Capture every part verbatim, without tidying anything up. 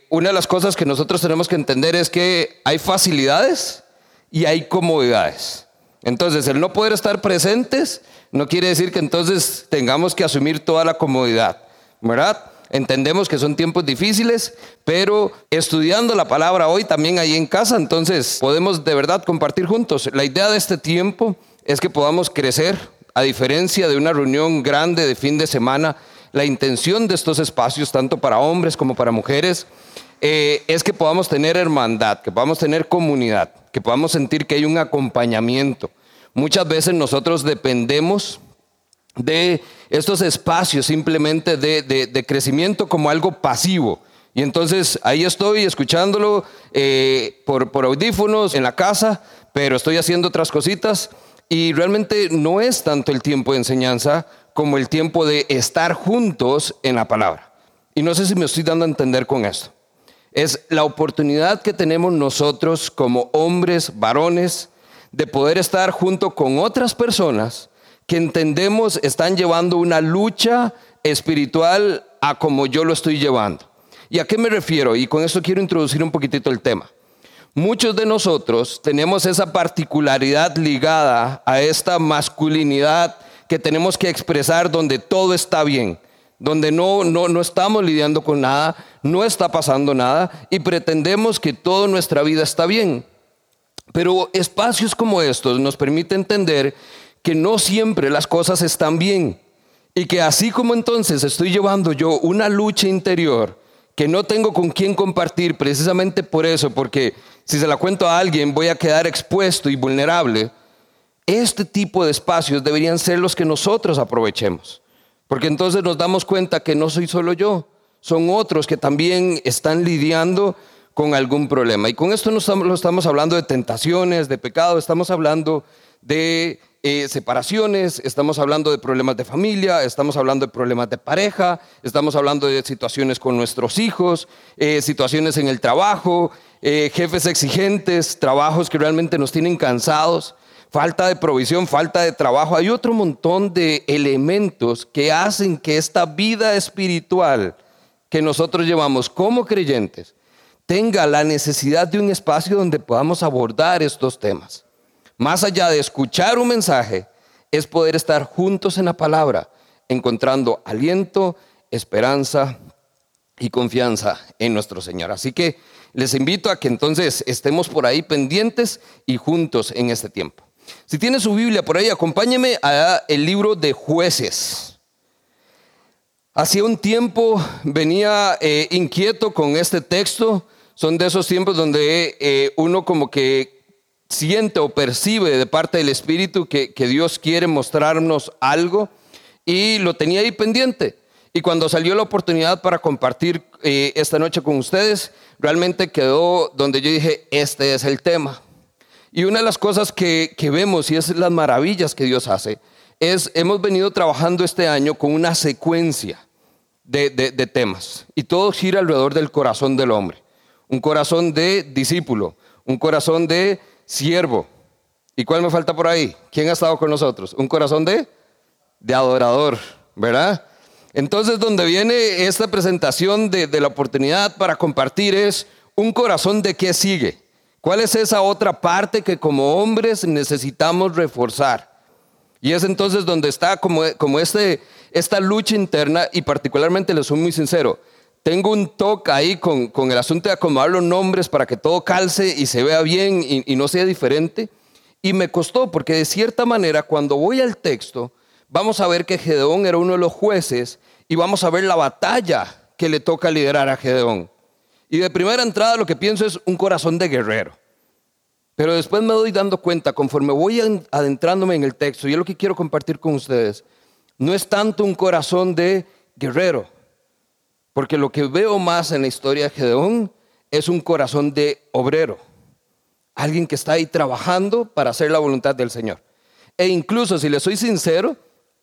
una de las cosas que nosotros tenemos que entender es que hay facilidades y hay comodidades. Entonces, el no poder estar presentes no quiere decir que entonces tengamos que asumir toda la comodidad, ¿verdad? Entendemos que son tiempos difíciles, pero estudiando la palabra hoy también ahí en casa, entonces podemos de verdad compartir juntos. La idea de este tiempo es que podamos crecer, a diferencia de una reunión grande de fin de semana. La intención de estos espacios, tanto para hombres como para mujeres, eh, es que podamos tener hermandad, que podamos tener comunidad, que podamos sentir que hay un acompañamiento. Muchas veces nosotros dependemos de estos espacios simplemente de, de, de crecimiento como algo pasivo. Y entonces ahí estoy escuchándolo eh, por, por audífonos en la casa, pero estoy haciendo otras cositas y realmente no es tanto el tiempo de enseñanza como el tiempo de estar juntos en la palabra. Y no sé si me estoy dando a entender con esto. Es la oportunidad que tenemos nosotros como hombres, varones, de poder estar junto con otras personas que entendemos están llevando una lucha espiritual a como yo lo estoy llevando. ¿Y a qué me refiero? Y con esto quiero introducir un poquitito el tema. Muchos de nosotros tenemos esa particularidad ligada a esta masculinidad que tenemos que expresar donde todo está bien, donde no, no, no estamos lidiando con nada, no está pasando nada y pretendemos que toda nuestra vida está bien. Pero espacios como estos nos permiten entender que no siempre las cosas están bien y que así como entonces estoy llevando yo una lucha interior que no tengo con quién compartir precisamente por eso, porque si se la cuento a alguien voy a quedar expuesto y vulnerable. Este tipo de espacios deberían ser los que nosotros aprovechemos, porque entonces nos damos cuenta que no soy solo yo, son otros que también están lidiando con algún problema. Y con esto no estamos, no estamos hablando de tentaciones, de pecado, estamos hablando de eh, separaciones, estamos hablando de problemas de familia, estamos hablando de problemas de pareja, estamos hablando de situaciones con nuestros hijos, eh, situaciones en el trabajo, eh, jefes exigentes, trabajos que realmente nos tienen cansados, falta de provisión, falta de trabajo. Hay otro montón de elementos que hacen que esta vida espiritual que nosotros llevamos como creyentes tenga la necesidad de un espacio donde podamos abordar estos temas. Más allá de escuchar un mensaje, es poder estar juntos en la palabra, encontrando aliento, esperanza y confianza en nuestro Señor. Así que les invito a que entonces estemos por ahí pendientes y juntos en este tiempo. Si tiene su Biblia por ahí, acompáñeme al libro de Jueces. Hacía un tiempo venía eh, inquieto con este texto. Son de esos tiempos donde eh, uno como que siente o percibe de parte del Espíritu que, que Dios quiere mostrarnos algo, y lo tenía ahí pendiente. Y cuando salió la oportunidad para compartir eh, esta noche con ustedes, realmente quedó donde yo dije, este es el tema. Y una de las cosas que, que vemos, y es las maravillas que Dios hace, es hemos venido trabajando este año con una secuencia de, de, de temas. Y todo gira alrededor del corazón del hombre. Un corazón de discípulo, un corazón de siervo. ¿Y cuál me falta por ahí? ¿Quién ha estado con nosotros? Un corazón de, de adorador, ¿verdad? Entonces, donde viene esta presentación de, de la oportunidad para compartir es un corazón de qué sigue. ¿Cuál es esa otra parte que como hombres necesitamos reforzar? Y es entonces donde está como, como este, esta lucha interna, y particularmente les soy muy sincero, tengo un toque ahí con, con el asunto de acomodar los nombres para que todo calce y se vea bien y, y no sea diferente. Y me costó porque de cierta manera cuando voy al texto vamos a ver que Gedeón era uno de los jueces y vamos a ver la batalla que le toca liderar a Gedeón. Y de primera entrada lo que pienso es un corazón de guerrero. Pero después me doy dando cuenta conforme voy adentrándome en el texto, y es lo que quiero compartir con ustedes, no es tanto un corazón de guerrero. Porque lo que veo más en la historia de Gedeón es un corazón de obrero. Alguien que está ahí trabajando para hacer la voluntad del Señor. E incluso, si le soy sincero,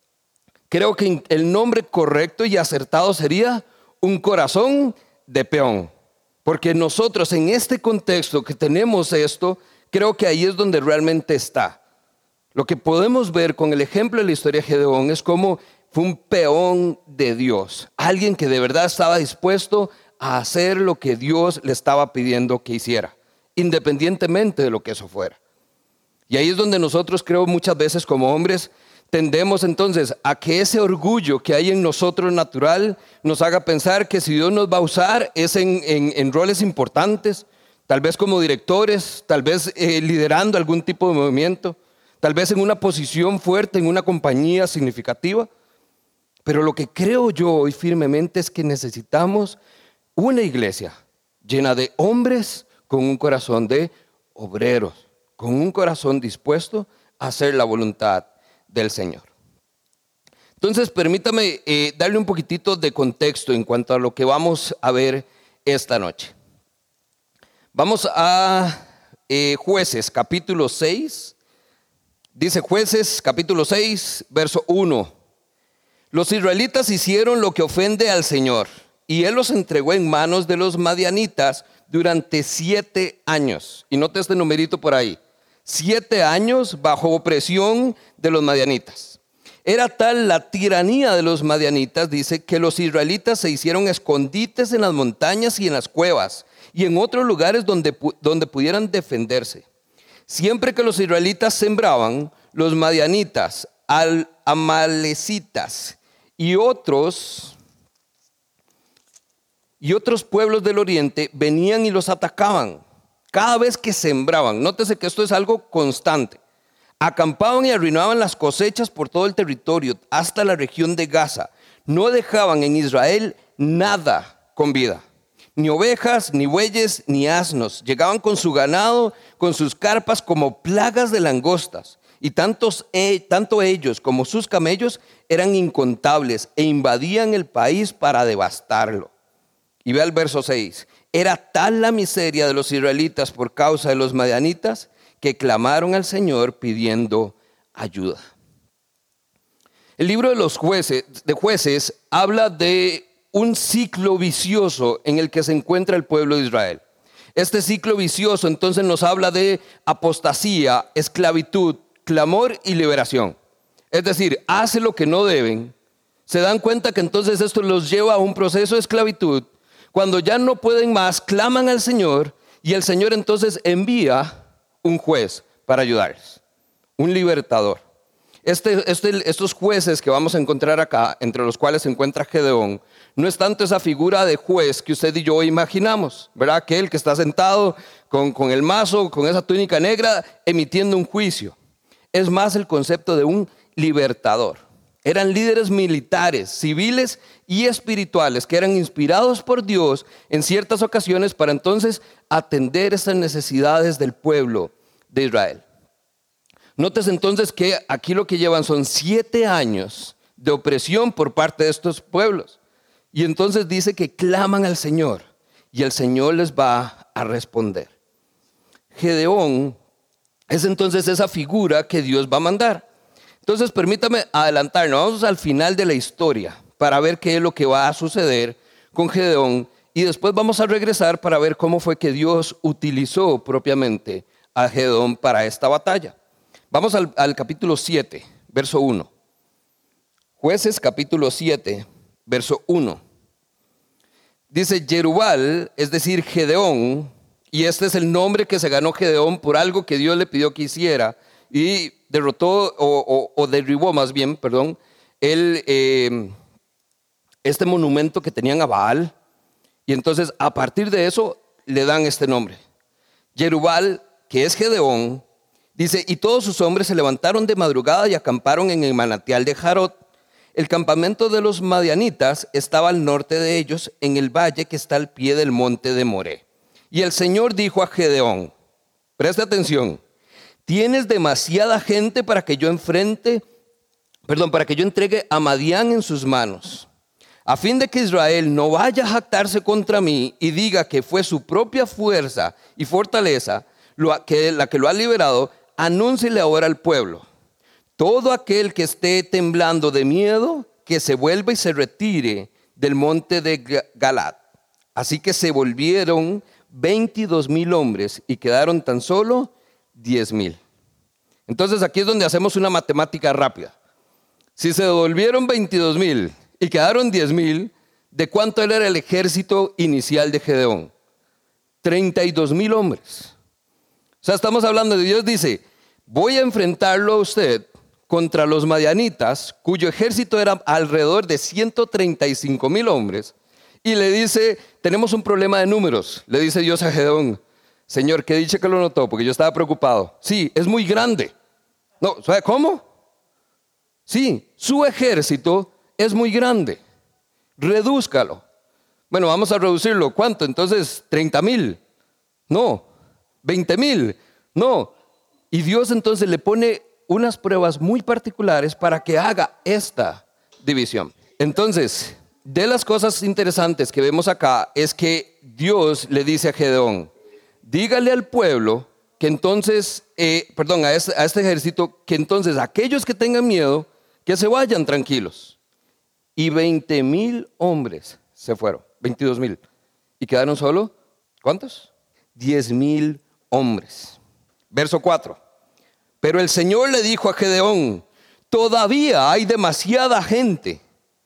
creo que el nombre correcto y acertado sería un corazón de peón. Porque nosotros en este contexto que tenemos esto, creo que ahí es donde realmente está. Lo que podemos ver con el ejemplo de la historia de Gedeón es cómo fue un peón de Dios, alguien que de verdad estaba dispuesto a hacer lo que Dios le estaba pidiendo que hiciera, independientemente de lo que eso fuera. Y ahí es donde nosotros, creo, muchas veces como hombres tendemos entonces a que ese orgullo que hay en nosotros natural nos haga pensar que si Dios nos va a usar es en, en, en roles importantes, tal vez como directores, tal vez eh, liderando algún tipo de movimiento, tal vez en una posición fuerte, en una compañía significativa. Pero lo que creo yo hoy firmemente es que necesitamos una iglesia llena de hombres con un corazón de obreros, con un corazón dispuesto a hacer la voluntad del Señor. Entonces, permítame eh, darle un poquitito de contexto en cuanto a lo que vamos a ver esta noche. Vamos a eh, Jueces, capítulo seis. Dice Jueces, capítulo seis, verso uno. Los israelitas hicieron lo que ofende al Señor, y Él los entregó en manos de los madianitas durante siete años. Y note este numerito por ahí. Siete años bajo opresión de los madianitas. Era tal la tiranía de los madianitas, dice, que los israelitas se hicieron escondites en las montañas y en las cuevas y en otros lugares donde, donde pudieran defenderse. Siempre que los israelitas sembraban, los madianitas, al, amalecitas y otros, y otros pueblos del oriente venían y los atacaban. Cada vez que sembraban, nótese que esto es algo constante, acampaban y arruinaban las cosechas por todo el territorio, hasta la región de Gaza. No dejaban en Israel nada con vida, ni ovejas, ni bueyes, ni asnos. Llegaban con su ganado, con sus carpas como plagas de langostas. Y tantos, eh, tanto ellos como sus camellos eran incontables e invadían el país para devastarlo. Y vea el verso seis. Era tal la miseria de los israelitas por causa de los madianitas que clamaron al Señor pidiendo ayuda. El libro de los jueces, de jueces habla de un ciclo vicioso en el que se encuentra el pueblo de Israel. Este ciclo vicioso entonces nos habla de apostasía, esclavitud, clamor y liberación. Es decir, hace lo que no deben, se dan cuenta que entonces esto los lleva a un proceso de esclavitud. Cuando ya no pueden más, claman al Señor y el Señor entonces envía un juez para ayudarles, un libertador. Este, este, estos jueces que vamos a encontrar acá, entre los cuales se encuentra Gedeón, no es tanto esa figura de juez que usted y yo imaginamos, ¿verdad? Aquel que está sentado con, con el mazo, con esa túnica negra, emitiendo un juicio. Es más el concepto de un libertador. Eran líderes militares, civiles y espirituales que eran inspirados por Dios en ciertas ocasiones para entonces atender esas necesidades del pueblo de Israel. Notes entonces que aquí lo que llevan son siete años de opresión por parte de estos pueblos. Y entonces dice que claman al Señor y el Señor les va a responder. Gedeón es entonces esa figura que Dios va a mandar. Entonces permítame adelantarnos, vamos al final de la historia para ver qué es lo que va a suceder con Gedeón y después vamos a regresar para ver cómo fue que Dios utilizó propiamente a Gedeón para esta batalla. Vamos al, al capítulo siete, verso uno. Jueces capítulo siete, verso uno. Dice Jerubal, es decir, Gedeón, y este es el nombre que se ganó Gedeón por algo que Dios le pidió que hiciera y derrotó o, o, o derribó más bien, perdón, el, eh, este monumento que tenían a Baal. Y entonces a partir de eso le dan este nombre. Jerubal, que es Gedeón, dice, y todos sus hombres se levantaron de madrugada y acamparon en el manantial de Jarot. El campamento de los madianitas estaba al norte de ellos, en el valle que está al pie del monte de Moré. Y el Señor dijo a Gedeón, preste atención, tienes demasiada gente para que yo enfrente, perdón, para que yo entregue a Madián en sus manos, a fin de que Israel no vaya a jactarse contra mí y diga que fue su propia fuerza y fortaleza lo, que, la que lo ha liberado. Anúnciele ahora al pueblo, todo aquel que esté temblando de miedo, que se vuelva y se retire del monte de Galad. Así que se volvieron veintidós mil hombres y quedaron tan solo diez mil. Entonces aquí es donde hacemos una matemática rápida. Si se volvieron veintidós mil y quedaron diez mil, ¿De cuánto era el ejército inicial de Gedeón? treinta y dos mil hombres. O sea, estamos hablando de Dios, dice, voy a enfrentarlo a usted contra los madianitas, cuyo ejército era alrededor de ciento treinta y cinco mil hombres, y le dice, tenemos un problema de números. Le dice Dios a Gedeón, Señor, qué dicha que lo notó, porque yo estaba preocupado. Sí, es muy grande. No, ¿sabe cómo? Sí, su ejército es muy grande. Redúzcalo. Bueno, vamos a reducirlo. ¿Cuánto? Entonces, treinta mil. No. veinte mil. No. Y Dios entonces le pone unas pruebas muy particulares para que haga esta división. Entonces, de las cosas interesantes que vemos acá es que Dios le dice a Gedeón, dígale al pueblo que entonces, eh, perdón, a este, a este ejército, que entonces aquellos que tengan miedo, que se vayan tranquilos. Y veinte mil hombres se fueron, veintidós mil. Y quedaron solo, ¿cuántos? diez mil hombres. Verso cuatro. Pero el Señor le dijo a Gedeón, todavía hay demasiada gente.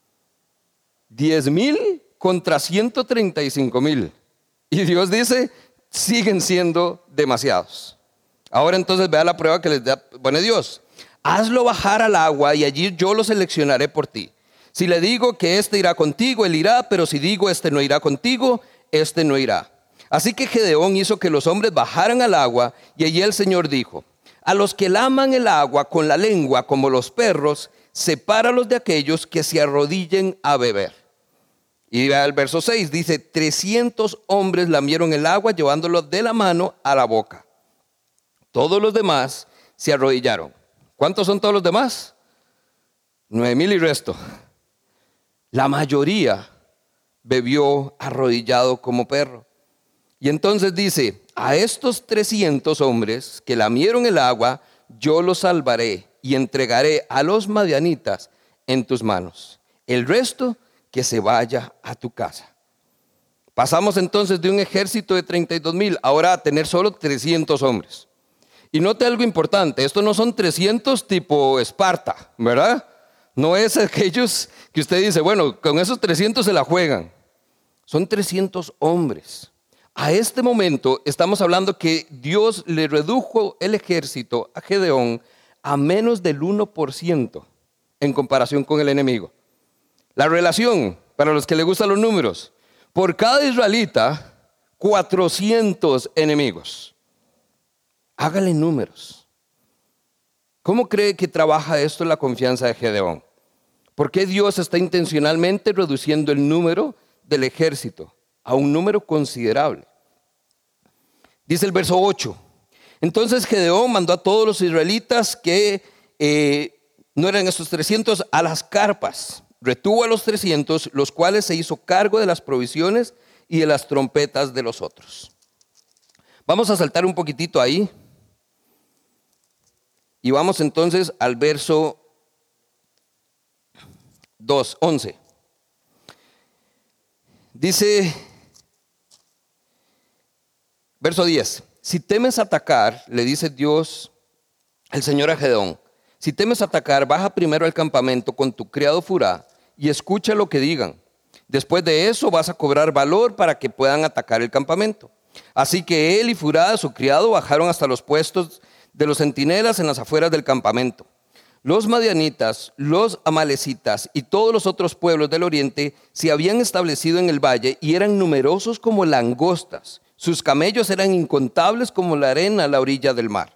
diez mil contra ciento treinta y cinco mil. Y Dios dice, siguen siendo demasiados. Ahora entonces vea la prueba que les da, pone Dios. Hazlo bajar al agua y allí yo lo seleccionaré por ti. Si le digo que este irá contigo, él irá, pero si digo este no irá contigo, este no irá. Así que Gedeón hizo que los hombres bajaran al agua y allí el Señor dijo, a los que laman el agua con la lengua como los perros, sepáralos de aquellos que se arrodillen a beber. Y vea el verso seis, dice, trescientos hombres lamieron el agua llevándolo de la mano a la boca. Todos los demás se arrodillaron. ¿Cuántos son todos los demás? Nueve mil y resto. La mayoría bebió arrodillado como perro. Y entonces dice, a estos trescientos hombres que lamieron el agua, yo los salvaré y entregaré a los madianitas en tus manos. El resto, que se vaya a tu casa. Pasamos entonces de un ejército de treinta y dos mil ahora a tener solo trescientos hombres. Y note algo importante, estos no son trescientos tipo Esparta, ¿verdad? No es aquellos que usted dice, bueno, con esos trescientos se la juegan. Son trescientos hombres. A este momento estamos hablando que Dios le redujo el ejército a Gedeón a menos del uno por ciento en comparación con el enemigo. La relación, para los que les gustan los números, por cada israelita, cuatrocientos enemigos. Hágale números. ¿Cómo cree que trabaja esto en la confianza de Gedeón? ¿Por qué Dios está intencionalmente reduciendo el número del ejército a un número considerable? Dice el verso ocho. Entonces Gedeón mandó a todos los israelitas que eh, no eran estos trescientos a las carpas. Retuvo a los trescientos, los cuales se hizo cargo de las provisiones y de las trompetas de los otros. Vamos a saltar un poquitito ahí. Y vamos entonces al verso dos, once. Dice, verso diez. Si temes atacar, le dice Dios, el Señor a Gedeón, si temes atacar, baja primero al campamento con tu criado Furá y escucha lo que digan. Después de eso vas a cobrar valor para que puedan atacar el campamento. Así que él y Furá, su criado, bajaron hasta los puestos de los centinelas en las afueras del campamento. Los madianitas, los amalecitas y todos los otros pueblos del oriente se habían establecido en el valle y eran numerosos como langostas. Sus camellos eran incontables como la arena a la orilla del mar.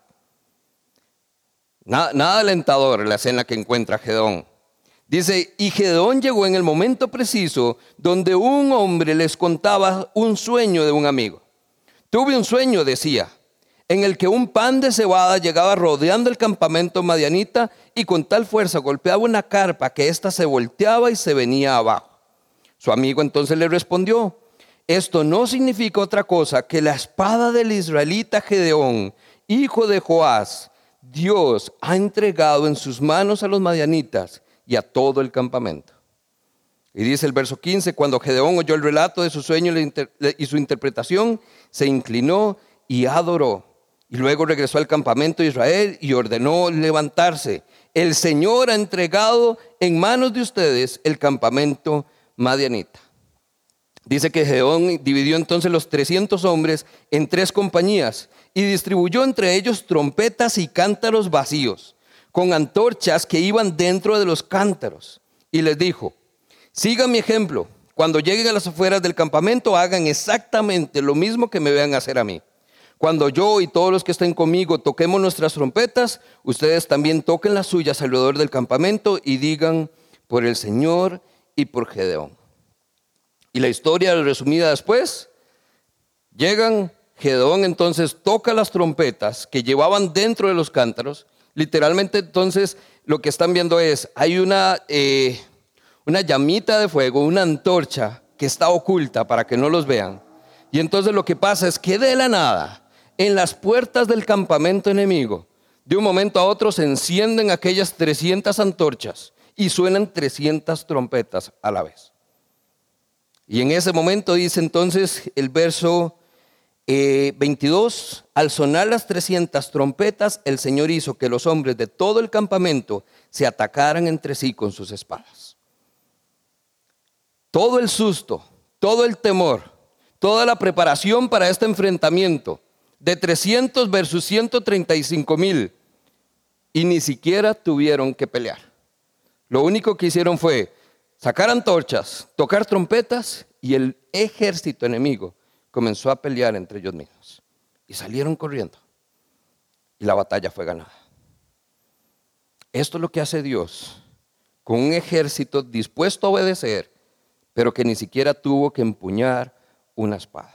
Nada, nada alentador la escena que encuentra Gedeón. Dice, y Gedeón llegó en el momento preciso donde un hombre les contaba un sueño de un amigo. Tuve un sueño, decía, en el que un pan de cebada llegaba rodeando el campamento madianita y con tal fuerza golpeaba una carpa que ésta se volteaba y se venía abajo. Su amigo entonces le respondió, esto no significa otra cosa que la espada del israelita Gedeón, hijo de Joás, Dios ha entregado en sus manos a los madianitas y a todo el campamento. Y dice el verso quince, cuando Gedeón oyó el relato de su sueño y su interpretación, se inclinó y adoró. Y luego regresó al campamento de Israel y ordenó levantarse. El Señor ha entregado en manos de ustedes el campamento madianita. Dice que Gedeón dividió entonces los trescientos hombres en tres compañías y distribuyó entre ellos trompetas y cántaros vacíos, con antorchas que iban dentro de los cántaros. Y les dijo: sigan mi ejemplo. Cuando lleguen a las afueras del campamento, hagan exactamente lo mismo que me vean hacer a mí. Cuando yo y todos los que estén conmigo toquemos nuestras trompetas, ustedes también toquen las suyas alrededor del campamento y digan: por el Señor y por Gedeón. Y la historia resumida después: llegan, Gedeón entonces toca las trompetas que llevaban dentro de los cántaros. Literalmente entonces lo que están viendo es, hay una, eh, una llamita de fuego, una antorcha que está oculta para que no los vean. Y entonces lo que pasa es que de la nada, en las puertas del campamento enemigo, de un momento a otro se encienden aquellas trescientas antorchas y suenan trescientas trompetas a la vez. Y en ese momento dice entonces el verso eh, veintidós, al sonar las trescientas trompetas, el Señor hizo que los hombres de todo el campamento se atacaran entre sí con sus espadas. Todo el susto, todo el temor, toda la preparación para este enfrentamiento de trescientos versus ciento treinta y cinco mil, y ni siquiera tuvieron que pelear. Lo único que hicieron fue sacar antorchas, tocar trompetas, y el ejército enemigo comenzó a pelear entre ellos mismos. Y salieron corriendo. Y la batalla fue ganada. Esto es lo que hace Dios con un ejército dispuesto a obedecer, pero que ni siquiera tuvo que empuñar una espada.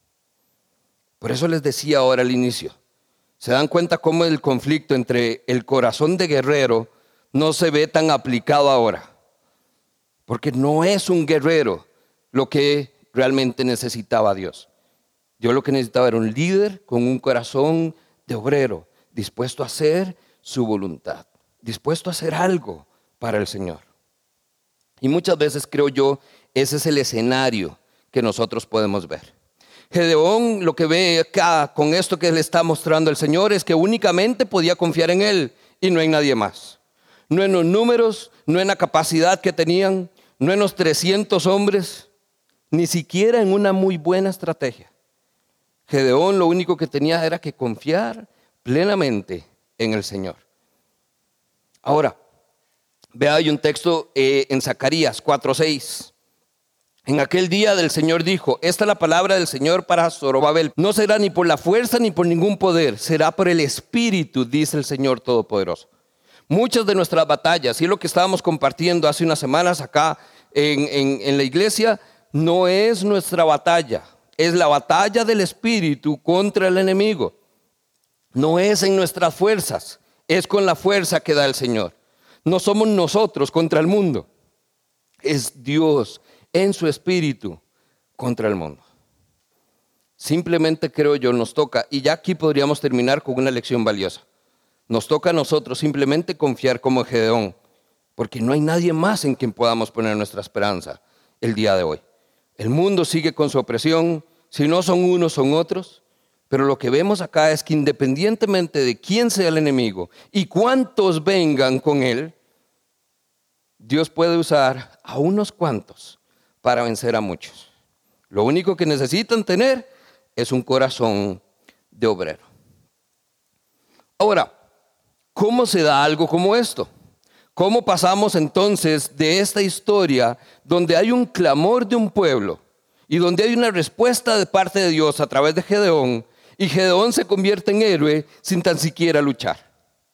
Por eso les decía ahora al inicio, se dan cuenta cómo el conflicto entre el corazón de guerrero no se ve tan aplicado ahora. Porque no es un guerrero lo que realmente necesitaba Dios. Dios lo que necesitaba era un líder con un corazón de obrero, dispuesto a hacer su voluntad, dispuesto a hacer algo para el Señor. Y muchas veces creo yo, ese es el escenario que nosotros podemos ver. Gedeón lo que ve acá con esto que le está mostrando el Señor es que únicamente podía confiar en Él y no en nadie más. No en los números, no en la capacidad que tenían, no en los trescientos hombres, ni siquiera en una muy buena estrategia. Gedeón lo único que tenía era que confiar plenamente en el Señor. Ahora, vea, hay un texto eh, en Zacarías cuatro seis. En aquel día del Señor dijo: esta es la palabra del Señor para Zorobabel. No será ni por la fuerza ni por ningún poder, será por el Espíritu, dice el Señor Todopoderoso. Muchas de nuestras batallas, y lo que estábamos compartiendo hace unas semanas acá en, en, en la iglesia, no es nuestra batalla, es la batalla del Espíritu contra el enemigo. No es en nuestras fuerzas, es con la fuerza que da el Señor. No somos nosotros contra el mundo, es Dios en su Espíritu contra el mundo. Simplemente creo yo nos toca, y ya aquí podríamos terminar con una lección valiosa. Nos toca a nosotros simplemente confiar como Gedeón, porque no hay nadie más en quien podamos poner nuestra esperanza el día de hoy. El mundo sigue con su opresión, si no son unos son otros, pero lo que vemos acá es que independientemente de quién sea el enemigo y cuántos vengan con él, Dios puede usar a unos cuantos para vencer a muchos. Lo único que necesitan tener es un corazón de obrero. Ahora, ¿cómo se da algo como esto? ¿Cómo pasamos entonces de esta historia donde hay un clamor de un pueblo y donde hay una respuesta de parte de Dios a través de Gedeón, y Gedeón se convierte en héroe sin tan siquiera luchar?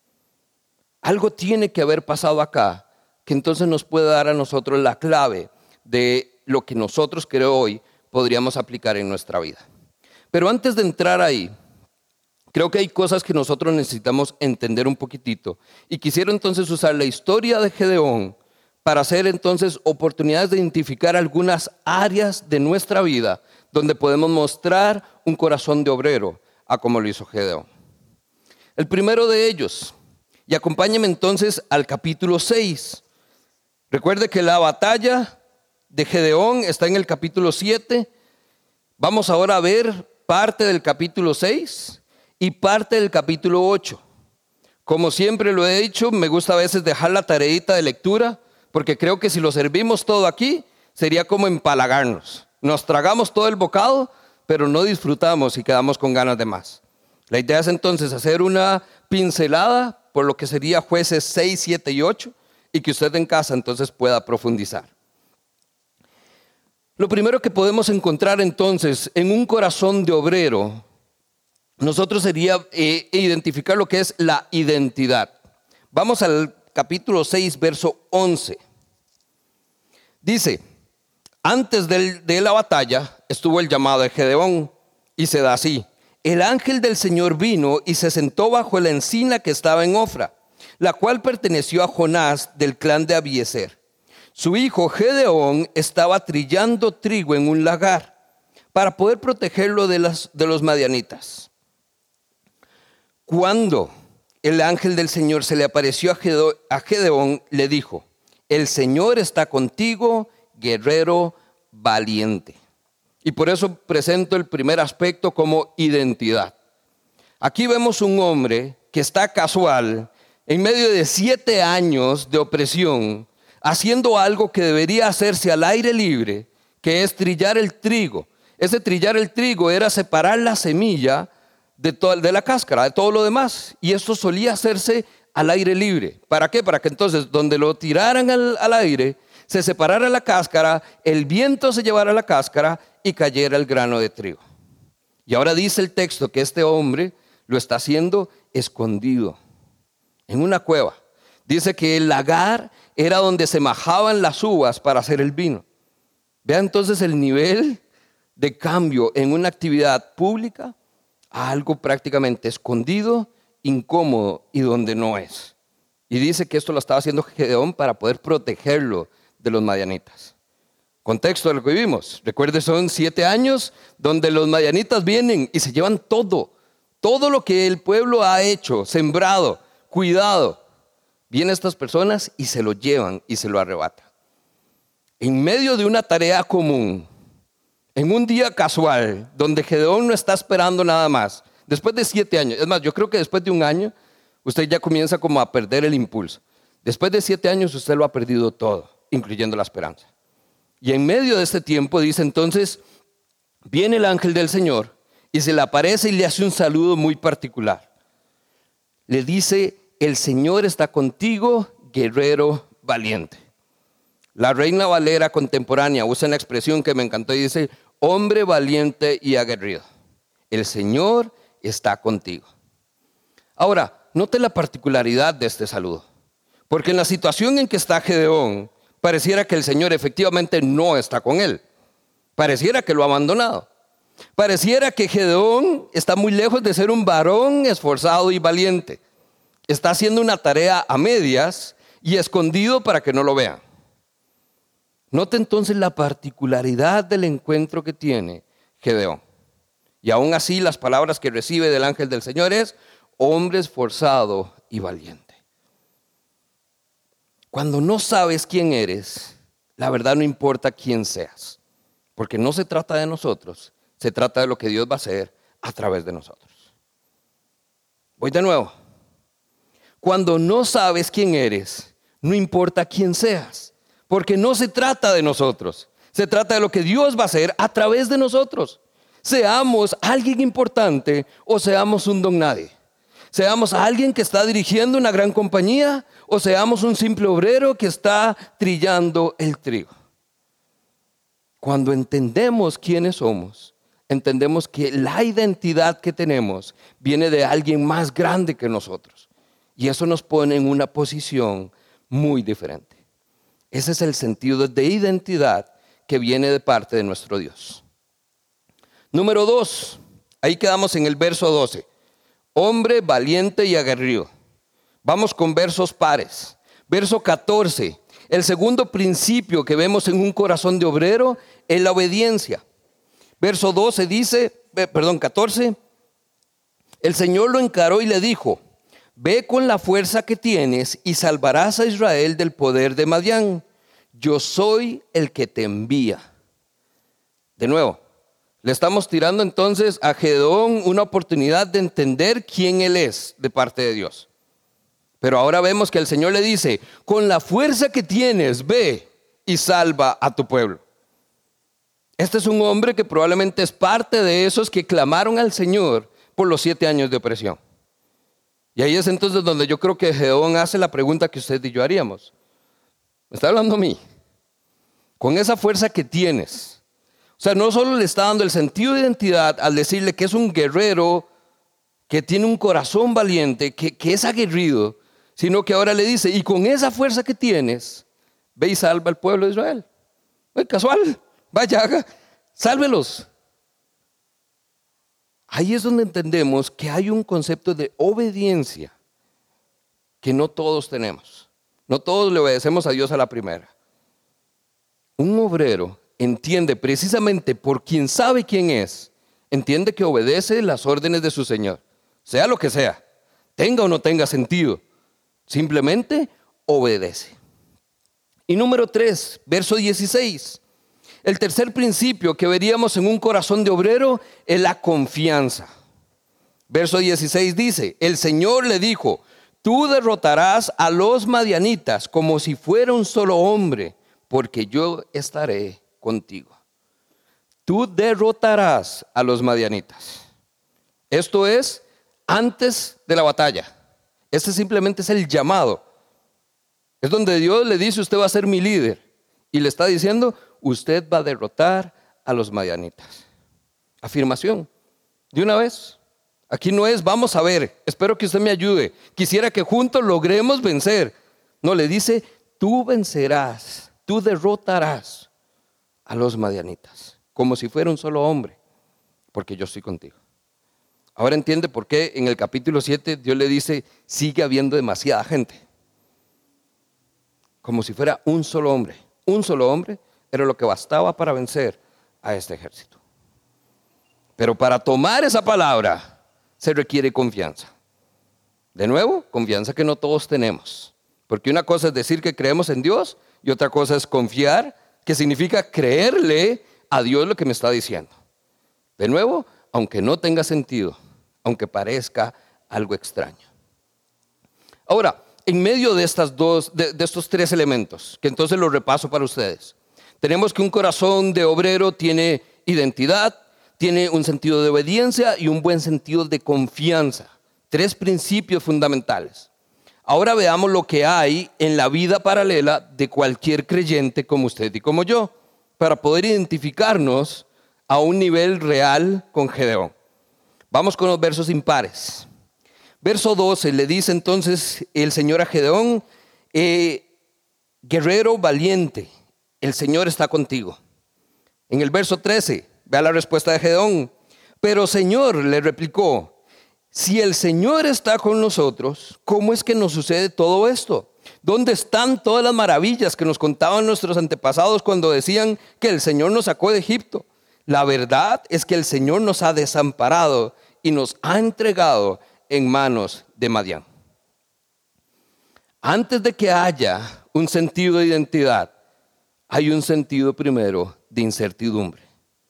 Algo tiene que haber pasado acá que entonces nos puede dar a nosotros la clave de lo que nosotros creo hoy podríamos aplicar en nuestra vida. Pero antes de entrar ahí, creo que hay cosas que nosotros necesitamos entender un poquitito. Y quisiera entonces usar la historia de Gedeón para hacer entonces oportunidades de identificar algunas áreas de nuestra vida donde podemos mostrar un corazón de obrero, a como lo hizo Gedeón. El primero de ellos, y acompáñenme entonces al capítulo seis. Recuerde que la batalla de Gedeón está en el capítulo siete. Vamos ahora a ver parte del capítulo seis y parte del capítulo ocho. Como siempre lo he dicho, me gusta a veces dejar la tareita de lectura, porque creo que si lo servimos todo aquí, sería como empalagarnos. Nos tragamos todo el bocado, pero no disfrutamos y quedamos con ganas de más. La idea es entonces hacer una pincelada por lo que sería Jueces seis, siete y ocho y que usted en casa entonces pueda profundizar. Lo primero que podemos encontrar entonces en un corazón de obrero, nosotros sería eh, identificar lo que es la identidad. Vamos al capítulo seis, verso once. Dice: antes de, de la batalla estuvo el llamado de Gedeón, y se da así: el ángel del Señor vino y se sentó bajo la encina que estaba en Ofra, la cual perteneció a Jonás del clan de Abiezer. Su hijo Gedeón estaba trillando trigo en un lagar para poder protegerlo de, las, de los madianitas. Cuando el ángel del Señor se le apareció a Gedeón, le dijo: el Señor está contigo, guerrero valiente. Y por eso presento el primer aspecto como identidad. Aquí vemos un hombre que está casual, en medio de siete años de opresión, haciendo algo que debería hacerse al aire libre, que es trillar el trigo. Ese trillar el trigo era separar la semilla de, to- de la cáscara, de todo lo demás. Y esto solía hacerse al aire libre. ¿Para qué? Para que entonces donde lo tiraran al, al aire, se separara la cáscara, el viento se llevara la cáscara y cayera el grano de trigo. Y ahora dice el texto que este hombre lo está haciendo escondido, en una cueva. Dice que el lagar era donde se majaban las uvas para hacer el vino. Vea entonces el nivel de cambio en una actividad pública a algo prácticamente escondido, incómodo y donde no es. Y dice que esto lo estaba haciendo Gedeón para poder protegerlo de los madianitas. Contexto de lo que vivimos. Recuerde, son siete años donde los madianitas vienen y se llevan todo. Todo lo que el pueblo ha hecho, sembrado, cuidado. Vienen estas personas y se lo llevan y se lo arrebatan. En medio de una tarea común, en un día casual, donde Gedeón no está esperando nada más, después de siete años, es más, yo creo que después de un año, usted ya comienza como a perder el impulso. Después de siete años usted lo ha perdido todo, incluyendo la esperanza. Y en medio de este tiempo dice entonces, viene el ángel del Señor y se le aparece y le hace un saludo muy particular. Le dice: el Señor está contigo, guerrero valiente. La Reina Valera contemporánea usa una expresión que me encantó y dice: hombre valiente y aguerrido. El Señor está contigo. Ahora, note la particularidad de este saludo. Porque en la situación en que está Gedeón, pareciera que el Señor efectivamente no está con él. Pareciera que lo ha abandonado. Pareciera que Gedeón está muy lejos de ser un varón esforzado y valiente. Está haciendo una tarea a medias y escondido para que no lo vean. Note entonces la particularidad del encuentro que tiene Gedeón. Y aún así las palabras que recibe del ángel del Señor es: hombre esforzado y valiente. Cuando no sabes quién eres, la verdad no importa quién seas, porque no se trata de nosotros, se trata de lo que Dios va a hacer a través de nosotros. Voy de nuevo. Cuando no sabes quién eres, no importa quién seas, porque no se trata de nosotros, se trata de lo que Dios va a hacer a través de nosotros. Seamos alguien importante o seamos un don nadie. Seamos alguien que está dirigiendo una gran compañía o seamos un simple obrero que está trillando el trigo. Cuando entendemos quiénes somos, entendemos que la identidad que tenemos viene de alguien más grande que nosotros. Y eso nos pone en una posición muy diferente. Ese es el sentido de identidad que viene de parte de nuestro Dios. Número dos, ahí quedamos en el verso doce. Hombre valiente y aguerrido. Vamos con versos pares. Verso catorce. El segundo principio que vemos en un corazón de obrero es la obediencia. Verso doce dice, perdón, catorce. El Señor lo encaró y le dijo: ve con la fuerza que tienes y salvarás a Israel del poder de Madián. Yo soy el que te envía. De nuevo, le estamos tirando entonces a Gedeón una oportunidad de entender quién él es de parte de Dios. Pero ahora vemos que el Señor le dice: con la fuerza que tienes, ve y salva a tu pueblo. Este es un hombre que probablemente es parte de esos que clamaron al Señor por los siete años de opresión. Y ahí es entonces donde yo creo que Gedeón hace la pregunta que usted y yo haríamos. ¿Me está hablando a mí? Con esa fuerza que tienes. O sea, no solo le está dando el sentido de identidad al decirle que es un guerrero, que tiene un corazón valiente, que, que es aguerrido, sino que ahora le dice, y con esa fuerza que tienes, ve y salva al pueblo de Israel. No es casual, vaya, haga, sálvelos. Ahí es donde entendemos que hay un concepto de obediencia que no todos tenemos. No todos le obedecemos a Dios a la primera. Un obrero entiende precisamente por quien sabe quién es, entiende que obedece las órdenes de su Señor, sea lo que sea, tenga o no tenga sentido, simplemente obedece. Y número tres, verso dieciséis. El tercer principio que veríamos en un corazón de obrero es la confianza. Verso dieciséis dice, el Señor le dijo, tú derrotarás a los madianitas como si fuera un solo hombre, porque yo estaré contigo. Tú derrotarás a los madianitas. Esto es antes de la batalla. Este simplemente es el llamado. Es donde Dios le dice, usted va a ser mi líder. Y le está diciendo, usted va a derrotar a los madianitas. Afirmación. De una vez. Aquí no es, vamos a ver, espero que usted me ayude. Quisiera que juntos logremos vencer. No, le dice, tú vencerás, tú derrotarás a los madianitas. Como si fuera un solo hombre. Porque yo estoy contigo. Ahora entiende por qué en el capítulo siete Dios le dice, sigue habiendo demasiada gente. Como si fuera un solo hombre. Un solo hombre era lo que bastaba para vencer a este ejército. Pero para tomar esa palabra se requiere confianza. De nuevo, confianza que no todos tenemos. Porque una cosa es decir que creemos en Dios y otra cosa es confiar, que significa creerle a Dios lo que me está diciendo. De nuevo, aunque no tenga sentido, aunque parezca algo extraño. Ahora, en medio de, estas dos, de, de estos tres elementos, que entonces los repaso para ustedes, tenemos que un corazón de obrero tiene identidad, tiene un sentido de obediencia y un buen sentido de confianza. Tres principios fundamentales. Ahora veamos lo que hay en la vida paralela de cualquier creyente como usted y como yo, para poder identificarnos a un nivel real con Gedeón. Vamos con los versos impares. Verso doce, le dice entonces el Señor a Gedeón, eh, guerrero valiente, el Señor está contigo. En el verso trece, vea la respuesta de Gedeón. Pero Señor, le replicó, si el Señor está con nosotros, ¿cómo es que nos sucede todo esto? ¿Dónde están todas las maravillas que nos contaban nuestros antepasados cuando decían que el Señor nos sacó de Egipto? La verdad es que el Señor nos ha desamparado y nos ha entregado en manos de Madián. Antes de que haya un sentido de identidad, hay un sentido primero de incertidumbre.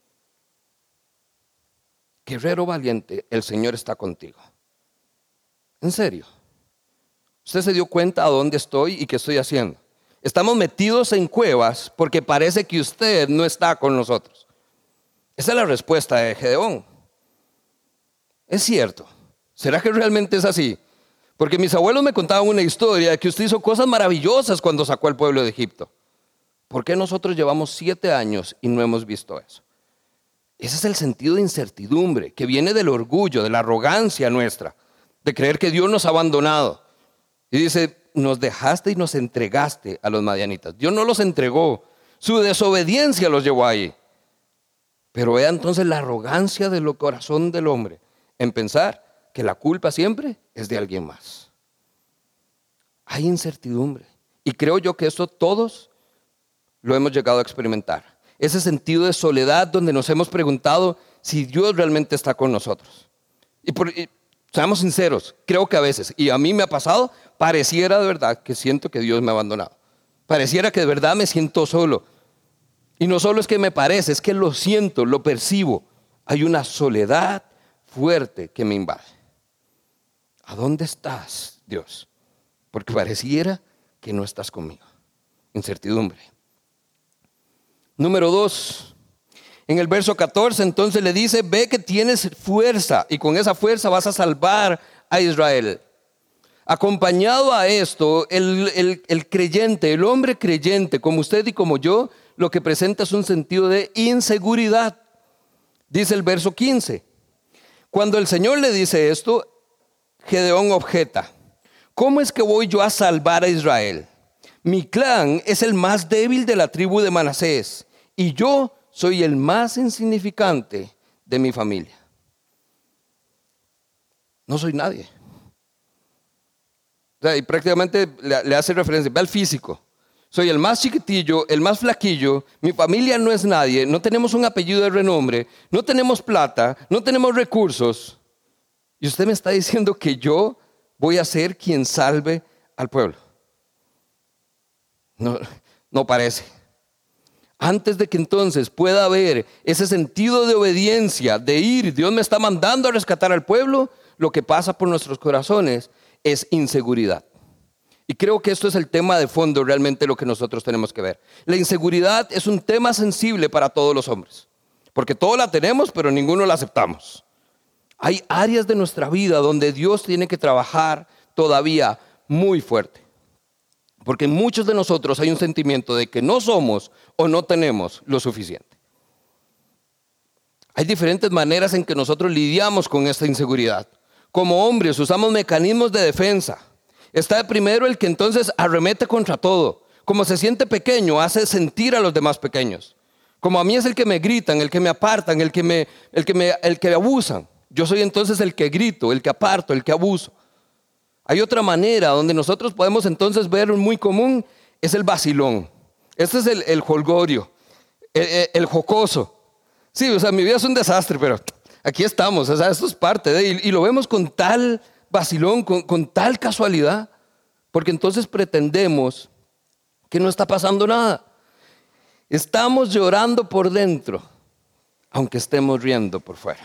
Guerrero valiente, el Señor está contigo. En serio. ¿Usted se dio cuenta a dónde estoy y qué estoy haciendo? Estamos metidos en cuevas porque parece que usted no está con nosotros. Esa es la respuesta de Gedeón. Es cierto. ¿Será que realmente es así? Porque mis abuelos me contaban una historia de que usted hizo cosas maravillosas cuando sacó al pueblo de Egipto. ¿Por qué nosotros llevamos siete años y no hemos visto eso? Ese es el sentido de incertidumbre que viene del orgullo, de la arrogancia nuestra, de creer que Dios nos ha abandonado. Y dice, nos dejaste y nos entregaste a los madianitas. Dios no los entregó, su desobediencia los llevó ahí. Pero vea entonces la arrogancia del corazón del hombre en pensar que la culpa siempre es de alguien más. Hay incertidumbre. Y creo yo que esto todos lo hemos llegado a experimentar. Ese sentido de soledad donde nos hemos preguntado si Dios realmente está con nosotros. Y, por, y seamos sinceros, creo que a veces, y a mí me ha pasado, pareciera de verdad que siento que Dios me ha abandonado. Pareciera que de verdad me siento solo. Y no solo es que me parece, es que lo siento, lo percibo. Hay una soledad fuerte que me invade. ¿A dónde estás, Dios? Porque pareciera que no estás conmigo. Incertidumbre. Número dos, En el verso catorce entonces le dice, ve que tienes fuerza y con esa fuerza vas a salvar a Israel. Acompañado a esto, el, el, el creyente, el hombre creyente, como usted y como yo, lo que presenta es un sentido de inseguridad. Dice el verso quince. Cuando el Señor le dice esto, Gedeón objeta. ¿Cómo es que voy yo a salvar a Israel? Mi clan es el más débil de la tribu de Manasés y yo soy el más insignificante de mi familia. No soy nadie. O sea, y prácticamente le, le hace referencia, ve al físico. Soy el más chiquitillo, el más flaquillo, mi familia no es nadie, no tenemos un apellido de renombre, no tenemos plata, no tenemos recursos. Y usted me está diciendo que yo voy a ser quien salve al pueblo. No, no parece. Antes de que entonces pueda haber ese sentido de obediencia, de ir, Dios me está mandando a rescatar al pueblo, lo que pasa por nuestros corazones es inseguridad. Y creo que esto es el tema de fondo, realmente lo que nosotros tenemos que ver. La inseguridad es un tema sensible para todos los hombres, porque todos la tenemos, pero ninguno la aceptamos. Hay áreas de nuestra vida donde Dios tiene que trabajar todavía muy fuerte. Porque en muchos de nosotros hay un sentimiento de que no somos o no tenemos lo suficiente. Hay diferentes maneras en que nosotros lidiamos con esta inseguridad. Como hombres usamos mecanismos de defensa. Está primero el que entonces arremete contra todo. Como se siente pequeño, hace sentir a los demás pequeños. Como a mí es el que me gritan, el que me apartan, el que me, el que me, el que me abusan. Yo soy entonces el que grito, el que aparto, el que abuso. Hay otra manera donde nosotros podemos entonces ver muy común, es el vacilón. Este es el, el jolgorio, el, el, el jocoso. Sí, o sea, mi vida es un desastre, pero aquí estamos, o sea, esto es parte de, y, y lo vemos con tal vacilón, con, con tal casualidad, porque entonces pretendemos que no está pasando nada. Estamos llorando por dentro, aunque estemos riendo por fuera.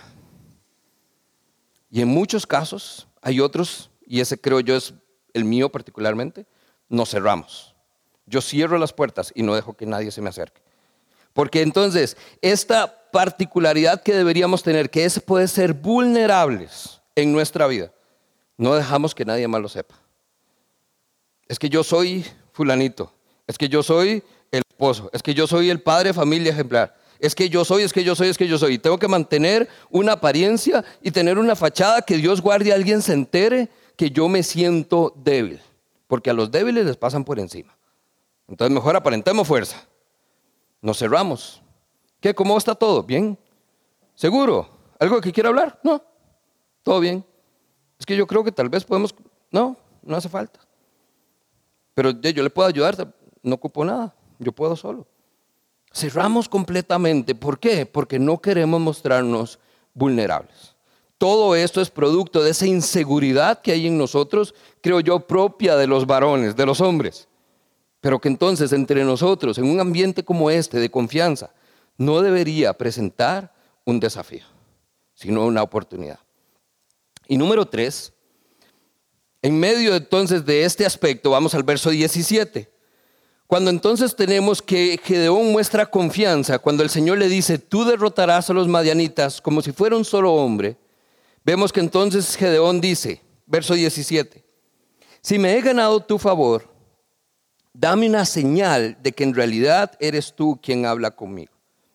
Y en muchos casos, hay otros, y ese creo yo es el mío particularmente, nos cerramos. Yo cierro las puertas y no dejo que nadie se me acerque. Porque entonces, esta particularidad que deberíamos tener, que es poder ser vulnerables en nuestra vida, no dejamos que nadie más lo sepa. Es que yo soy fulanito, es que yo soy el esposo, es que yo soy el padre de familia ejemplar, es que yo soy, es que yo soy, es que yo soy. Y tengo que mantener una apariencia y tener una fachada que Dios guarde a alguien se entere que yo me siento débil. Porque a los débiles les pasan por encima. Entonces mejor aparentemos fuerza. Nos cerramos. ¿Qué? ¿Cómo está todo? ¿Bien? ¿Seguro? ¿Algo que quiera hablar? No. ¿Todo bien? Es que yo creo que tal vez podemos... No, no hace falta. Pero yo le puedo ayudar, no ocupo nada. Yo puedo solo. Cerramos completamente. ¿Por qué? Porque no queremos mostrarnos vulnerables. Todo esto es producto de esa inseguridad que hay en nosotros, creo yo, propia de los varones, de los hombres. Pero que entonces entre nosotros, en un ambiente como este de confianza, no debería presentar un desafío, sino una oportunidad. Y número tres, en medio entonces de este aspecto, vamos al verso diecisiete. Cuando entonces tenemos que Gedeón muestra confianza, cuando el Señor le dice, tú derrotarás a los madianitas como si fuera un solo hombre, vemos que entonces Gedeón dice, verso diecisiete, si me he ganado tu favor, dame una señal de que en realidad eres tú quien habla conmigo.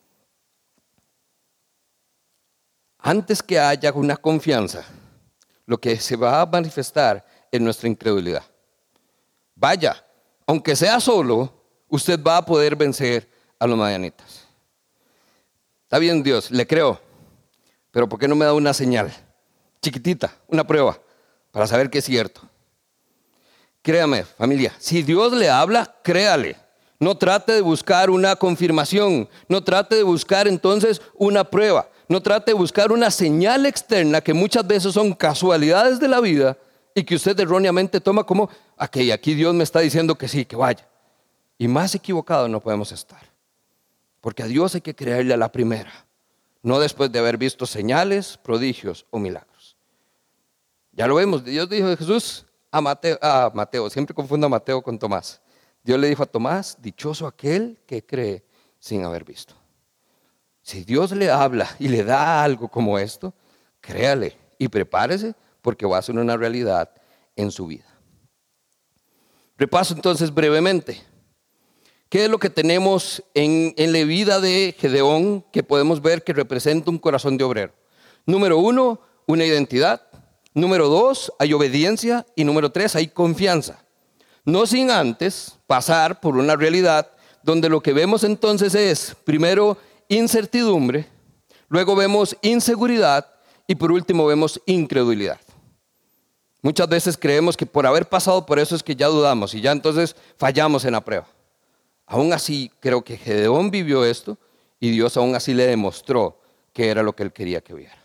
Antes que haya una confianza, lo que se va a manifestar es nuestra incredulidad. Vaya, aunque sea solo, usted va a poder vencer a los madianitas. Está bien, Dios, le creo, pero ¿por qué no me da una señal chiquitita, una prueba, para saber que es cierto? Créame, familia, si Dios le habla, créale. No trate de buscar una confirmación, no trate de buscar entonces una prueba, no trate de buscar una señal externa que muchas veces son casualidades de la vida y que usted erróneamente toma como, ok, aquí Dios me está diciendo que sí, que vaya. Y más equivocado no podemos estar, porque a Dios hay que creerle a la primera, no después de haber visto señales, prodigios o milagros. Ya lo vemos, Dios dijo de Jesús a Mateo, a Mateo, siempre confundo a Mateo con Tomás. Dios le dijo a Tomás, dichoso aquel que cree sin haber visto. Si Dios le habla y le da algo como esto, créale y prepárese porque va a ser una realidad en su vida. Repaso entonces brevemente. ¿Qué es lo que tenemos en, en la vida de Gedeón que podemos ver que representa un corazón de obrero? Número uno, una identidad. Número dos, hay obediencia. Y número tres, hay confianza. No sin antes pasar por una realidad donde lo que vemos entonces es, primero, incertidumbre, luego vemos inseguridad y por último vemos incredulidad. Muchas veces creemos que por haber pasado por eso es que ya dudamos y ya entonces fallamos en la prueba. Aún así, creo que Gedeón vivió esto y Dios aún así le demostró que era lo que él quería que viera.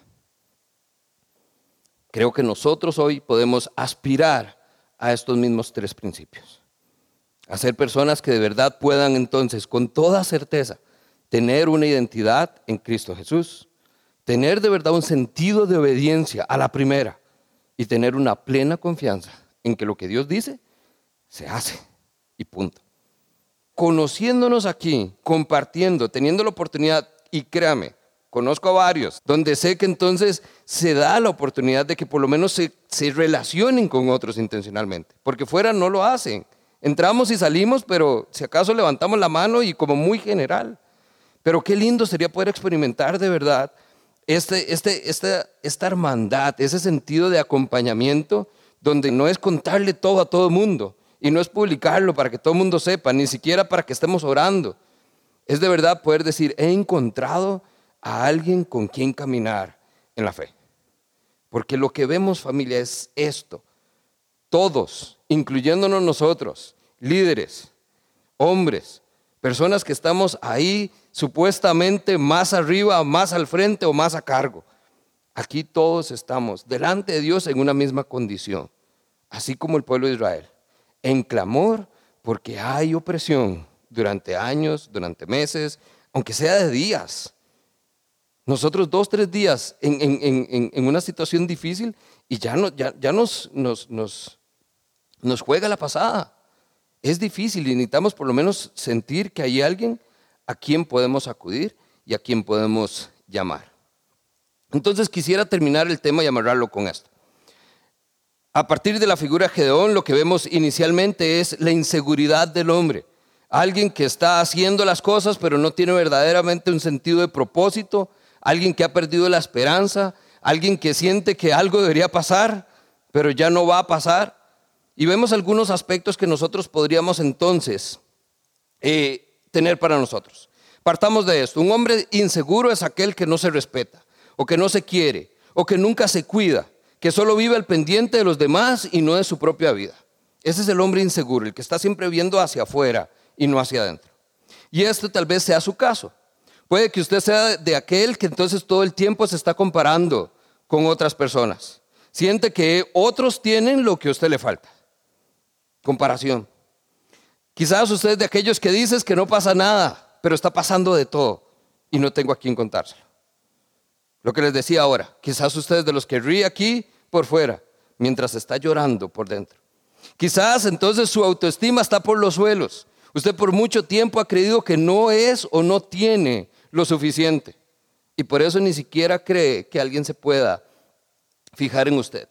Creo que nosotros hoy podemos aspirar a estos mismos tres principios. A ser personas que de verdad puedan entonces, con toda certeza, tener una identidad en Cristo Jesús, tener de verdad un sentido de obediencia a la primera y tener una plena confianza en que lo que Dios dice se hace y punto. Conociéndonos aquí, compartiendo, teniendo la oportunidad, y créame, conozco a varios, donde sé que entonces se da la oportunidad de que por lo menos se, se relacionen con otros intencionalmente, porque fuera no lo hacen. Entramos y salimos, pero si acaso levantamos la mano y como muy general. Pero qué lindo sería poder experimentar de verdad este, este, esta, esta hermandad, ese sentido de acompañamiento, donde no es contarle todo a todo el mundo, y no es publicarlo para que todo el mundo sepa, ni siquiera para que estemos orando. Es de verdad poder decir, he encontrado a alguien con quien caminar en la fe. Porque lo que vemos, familia, es esto. Todos, incluyéndonos nosotros, líderes, hombres, personas que estamos ahí supuestamente más arriba, más al frente o más a cargo. Aquí todos estamos delante de Dios en una misma condición, así como el pueblo de Israel, en clamor porque hay opresión durante años, durante meses, aunque sea de días. Nosotros dos, tres días en, en, en, en una situación difícil y ya, no, ya, ya nos, nos, nos, nos juega la pasada. Es difícil y necesitamos por lo menos sentir que hay alguien a quien podemos acudir y a quien podemos llamar. Entonces quisiera terminar el tema y amarrarlo con esto. A partir de la figura de Gedeón, lo que vemos inicialmente es la inseguridad del hombre. Alguien que está haciendo las cosas pero no tiene verdaderamente un sentido de propósito. Alguien que ha perdido la esperanza. Alguien que siente que algo debería pasar pero ya no va a pasar. Y vemos algunos aspectos que nosotros podríamos entonces eh, tener para nosotros. Partamos de esto. Un hombre inseguro es aquel que no se respeta, o que no se quiere, o que nunca se cuida, que solo vive al pendiente de los demás y no de su propia vida. Ese es el hombre inseguro, el que está siempre viendo hacia afuera y no hacia adentro. Y este tal vez sea su caso. Puede que usted sea de aquel que entonces todo el tiempo se está comparando con otras personas. Siente que otros tienen lo que a usted le falta. Comparación. Quizás usted es de aquellos que dices que no pasa nada, pero está pasando de todo y no tengo a quién contárselo. Lo que les decía ahora, quizás usted es de los que ríe aquí por fuera, mientras está llorando por dentro. Quizás entonces su autoestima está por los suelos. Usted por mucho tiempo ha creído que no es o no tiene lo suficiente y por eso ni siquiera cree que alguien se pueda fijar en usted.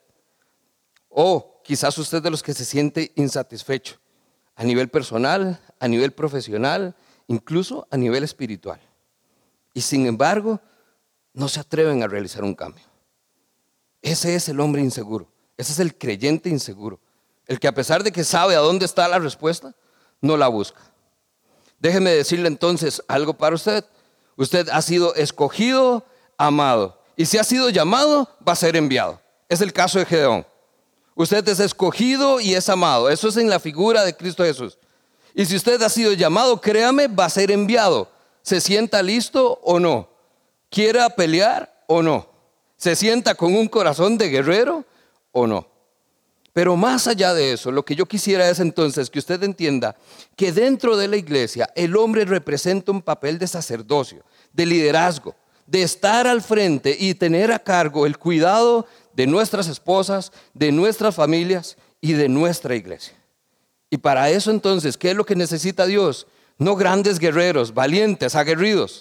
O quizás usted es de los que se siente insatisfecho a nivel personal, a nivel profesional, incluso a nivel espiritual. Y sin embargo, no se atreven a realizar un cambio. Ese es el hombre inseguro. Ese es el creyente inseguro. El que a pesar de que sabe a dónde está la respuesta, no la busca. Déjeme decirle entonces algo para usted. Usted ha sido escogido, amado. Y si ha sido llamado, va a ser enviado. Es el caso de Gedeón. Usted es escogido y es amado. Eso es en la figura de Cristo Jesús. Y si usted ha sido llamado, créame, va a ser enviado. ¿Se sienta listo o no? ¿Quiera pelear o no? ¿Se sienta con un corazón de guerrero o no? Pero más allá de eso, lo que yo quisiera es entonces que usted entienda que dentro de la iglesia el hombre representa un papel de sacerdocio, de liderazgo, de estar al frente y tener a cargo el cuidado de nuestras esposas, de nuestras familias y de nuestra iglesia. Y para eso entonces, ¿qué es lo que necesita Dios? No grandes guerreros, valientes, aguerridos.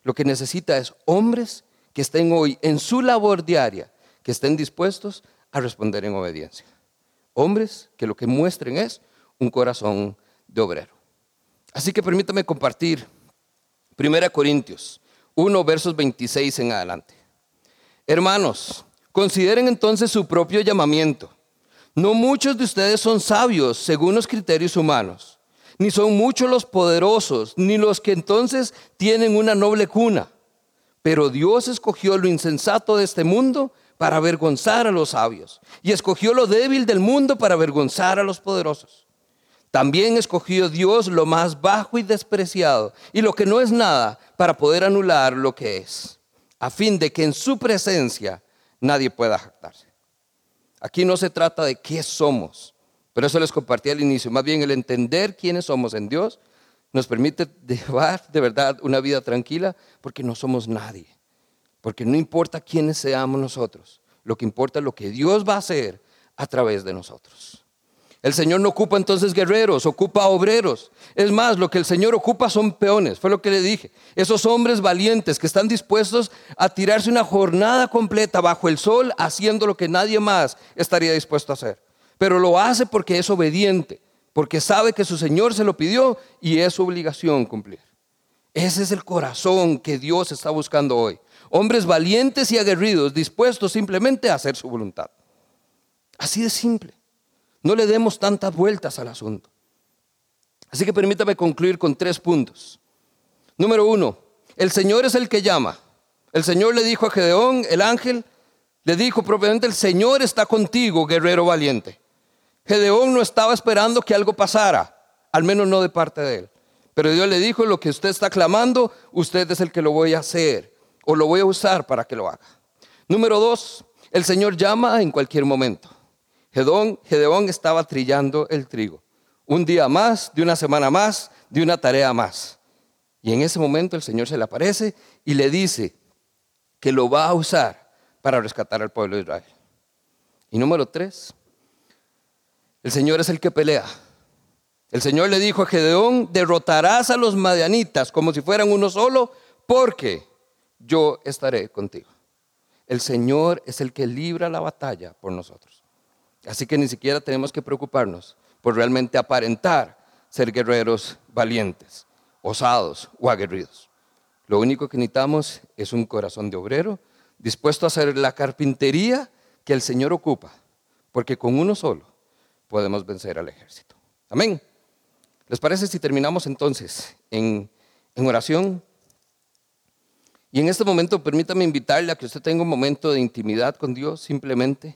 lo que necesita es hombres que estén hoy en su labor diaria, que estén dispuestos a responder en obediencia. Hombres que lo que muestren es un corazón de obrero. Así que permítame compartir Primera Corintios uno, versos veintiséis en adelante. Hermanos, consideren entonces su propio llamamiento. No muchos de ustedes son sabios según los criterios humanos, ni son muchos los poderosos, ni los que entonces tienen una noble cuna. Pero Dios escogió lo insensato de este mundo para avergonzar a los sabios, y escogió lo débil del mundo para avergonzar a los poderosos. También escogió Dios lo más bajo y despreciado, y lo que no es nada, para poder anular lo que es, a fin de que en su presencia nadie pueda jactarse. Aquí no se trata de qué somos, pero eso les compartí al inicio. Más bien el entender quiénes somos en Dios nos permite llevar de verdad una vida tranquila, porque no somos nadie. Porque no importa quiénes seamos nosotros, lo que importa es lo que Dios va a hacer a través de nosotros. El Señor no ocupa entonces guerreros, ocupa obreros. Es más, lo que el Señor ocupa son peones, fue lo que le dije. Esos hombres valientes que están dispuestos a tirarse una jornada completa bajo el sol, haciendo lo que nadie más estaría dispuesto a hacer. Pero lo hace porque es obediente, porque sabe que su Señor se lo pidió y es su obligación cumplir. Ese es el corazón que Dios está buscando hoy. Hombres valientes y aguerridos, dispuestos simplemente a hacer su voluntad. Así de simple. No le demos tantas vueltas al asunto. Así que permítame concluir con tres puntos. Número uno, el Señor es el que llama. El Señor le dijo a Gedeón, el ángel, le dijo propiamente: el Señor está contigo, guerrero valiente. Gedeón no estaba esperando que algo pasara, al menos no de parte de él. Pero Dios le dijo: lo que usted está clamando, usted es el que lo voy a hacer, o lo voy a usar para que lo haga. Número dos, el Señor llama en cualquier momento. Gedeón, Gedeón estaba trillando el trigo. Un día más, de una semana más, de una tarea más. Y en ese momento el Señor se le aparece y le dice que lo va a usar para rescatar al pueblo de Israel. Y número tres, el Señor es el que pelea. El Señor le dijo a Gedeón: derrotarás a los madianitas como si fueran uno solo, porque yo estaré contigo. El Señor es el que libra la batalla por nosotros. Así que ni siquiera tenemos que preocuparnos por realmente aparentar ser guerreros valientes, osados o aguerridos. Lo único que necesitamos es un corazón de obrero dispuesto a hacer la carpintería que el Señor ocupa, porque con uno solo podemos vencer al ejército. Amén. ¿Les parece si terminamos entonces en, en oración? Y en este momento permítame invitarle a que usted tenga un momento de intimidad con Dios simplemente.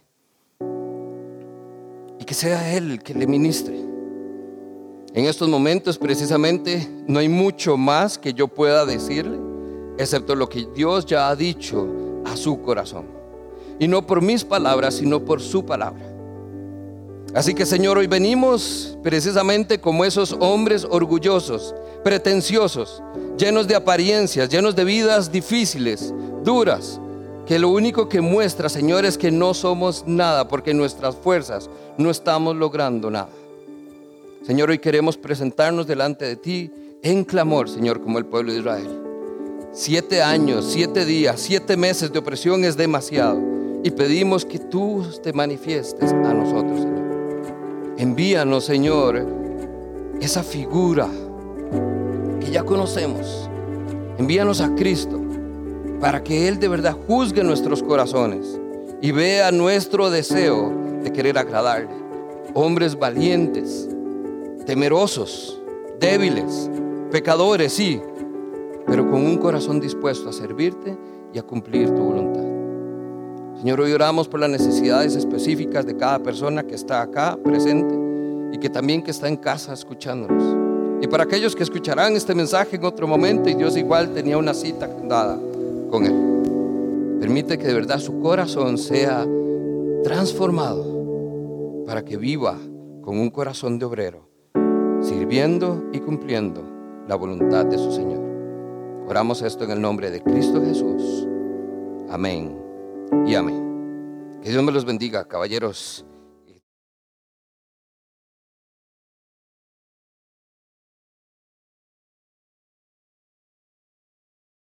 Y que sea Él el que le ministre. En estos momentos precisamente no hay mucho más que yo pueda decirle, excepto lo que Dios ya ha dicho a su corazón. Y no por mis palabras, sino por su palabra. Así que, Señor, hoy venimos precisamente como esos hombres orgullosos, pretenciosos, llenos de apariencias, llenos de vidas difíciles, duras, que lo único que muestra, Señor, es que no somos nada, porque nuestras fuerzas no estamos logrando nada. Señor, hoy queremos presentarnos delante de ti en clamor, Señor, como el pueblo de Israel. Siete años, siete días, siete meses de opresión es demasiado, y pedimos que tú te manifiestes a nosotros, Señor. Envíanos, Señor, esa figura que ya conocemos. Envíanos a Cristo, para que Él de verdad juzgue nuestros corazones y vea nuestro deseo de querer agradarle. Hombres valientes, temerosos, débiles, pecadores, sí, pero con un corazón dispuesto a servirte y a cumplir tu voluntad. Señor, hoy oramos por las necesidades específicas de cada persona que está acá presente y que también que está en casa escuchándonos. Y para aquellos que escucharán este mensaje en otro momento, y Dios igual tenía una cita agendada con Él. Permite que de verdad su corazón sea transformado para que viva con un corazón de obrero, sirviendo y cumpliendo la voluntad de su Señor. Oramos esto en el nombre de Cristo Jesús. Amén y amén. Que Dios me los bendiga, caballeros.